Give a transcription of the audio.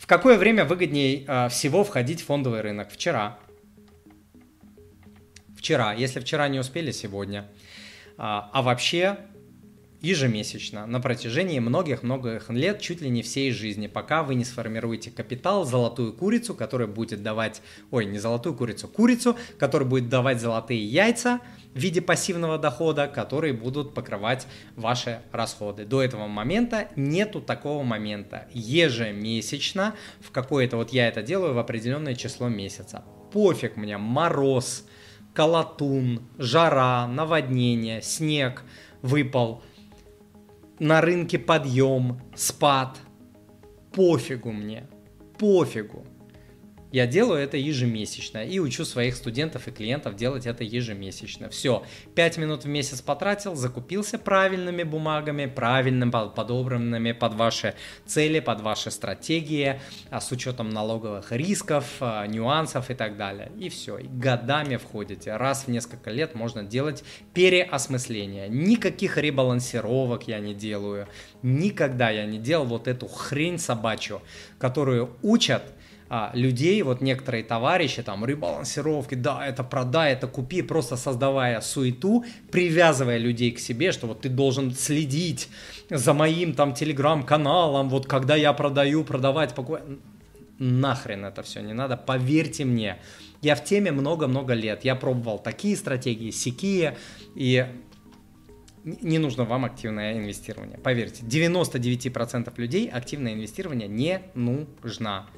В какое время выгоднее всего входить в фондовый рынок? Вчера. Вчера. Если вчера не успели, сегодня. А вообще ежемесячно, на протяжении многих-многих лет, чуть ли не всей жизни, пока вы не сформируете капитал, золотую курицу, которая будет давать, не золотую курицу, курицу, которая будет давать золотые яйца в виде пассивного дохода, которые будут покрывать ваши расходы. До этого момента нету такого момента. Ежемесячно, в какое-то, я это делаю в определенное число месяца. Пофиг мне, мороз, колотун, жара, наводнение, снег выпал, на рынке подъем, спад. Пофигу мне, пофигу. Я делаю это ежемесячно и учу своих студентов и клиентов делать это ежемесячно. Все, 5 минут в месяц потратил, закупился правильными бумагами, правильно подобранными под ваши цели, под ваши стратегии, с учетом налоговых рисков, нюансов и так далее. И все, и годами входите. Раз в несколько лет можно делать переосмысление. Никаких ребалансировок я не делаю. Никогда я не делал вот эту хрень собачью, которую учат людей, некоторые товарищи, ребалансировки, да, это продай, это купи, просто создавая суету, привязывая людей к себе, что ты должен следить за моим телеграм-каналом, когда я продаю, продавать, покупать. Нахрен это все не надо, поверьте мне. Я в теме много-много лет, я пробовал такие стратегии, сякие, и не нужно вам активное инвестирование. Поверьте, 99% людей активное инвестирование не нужно.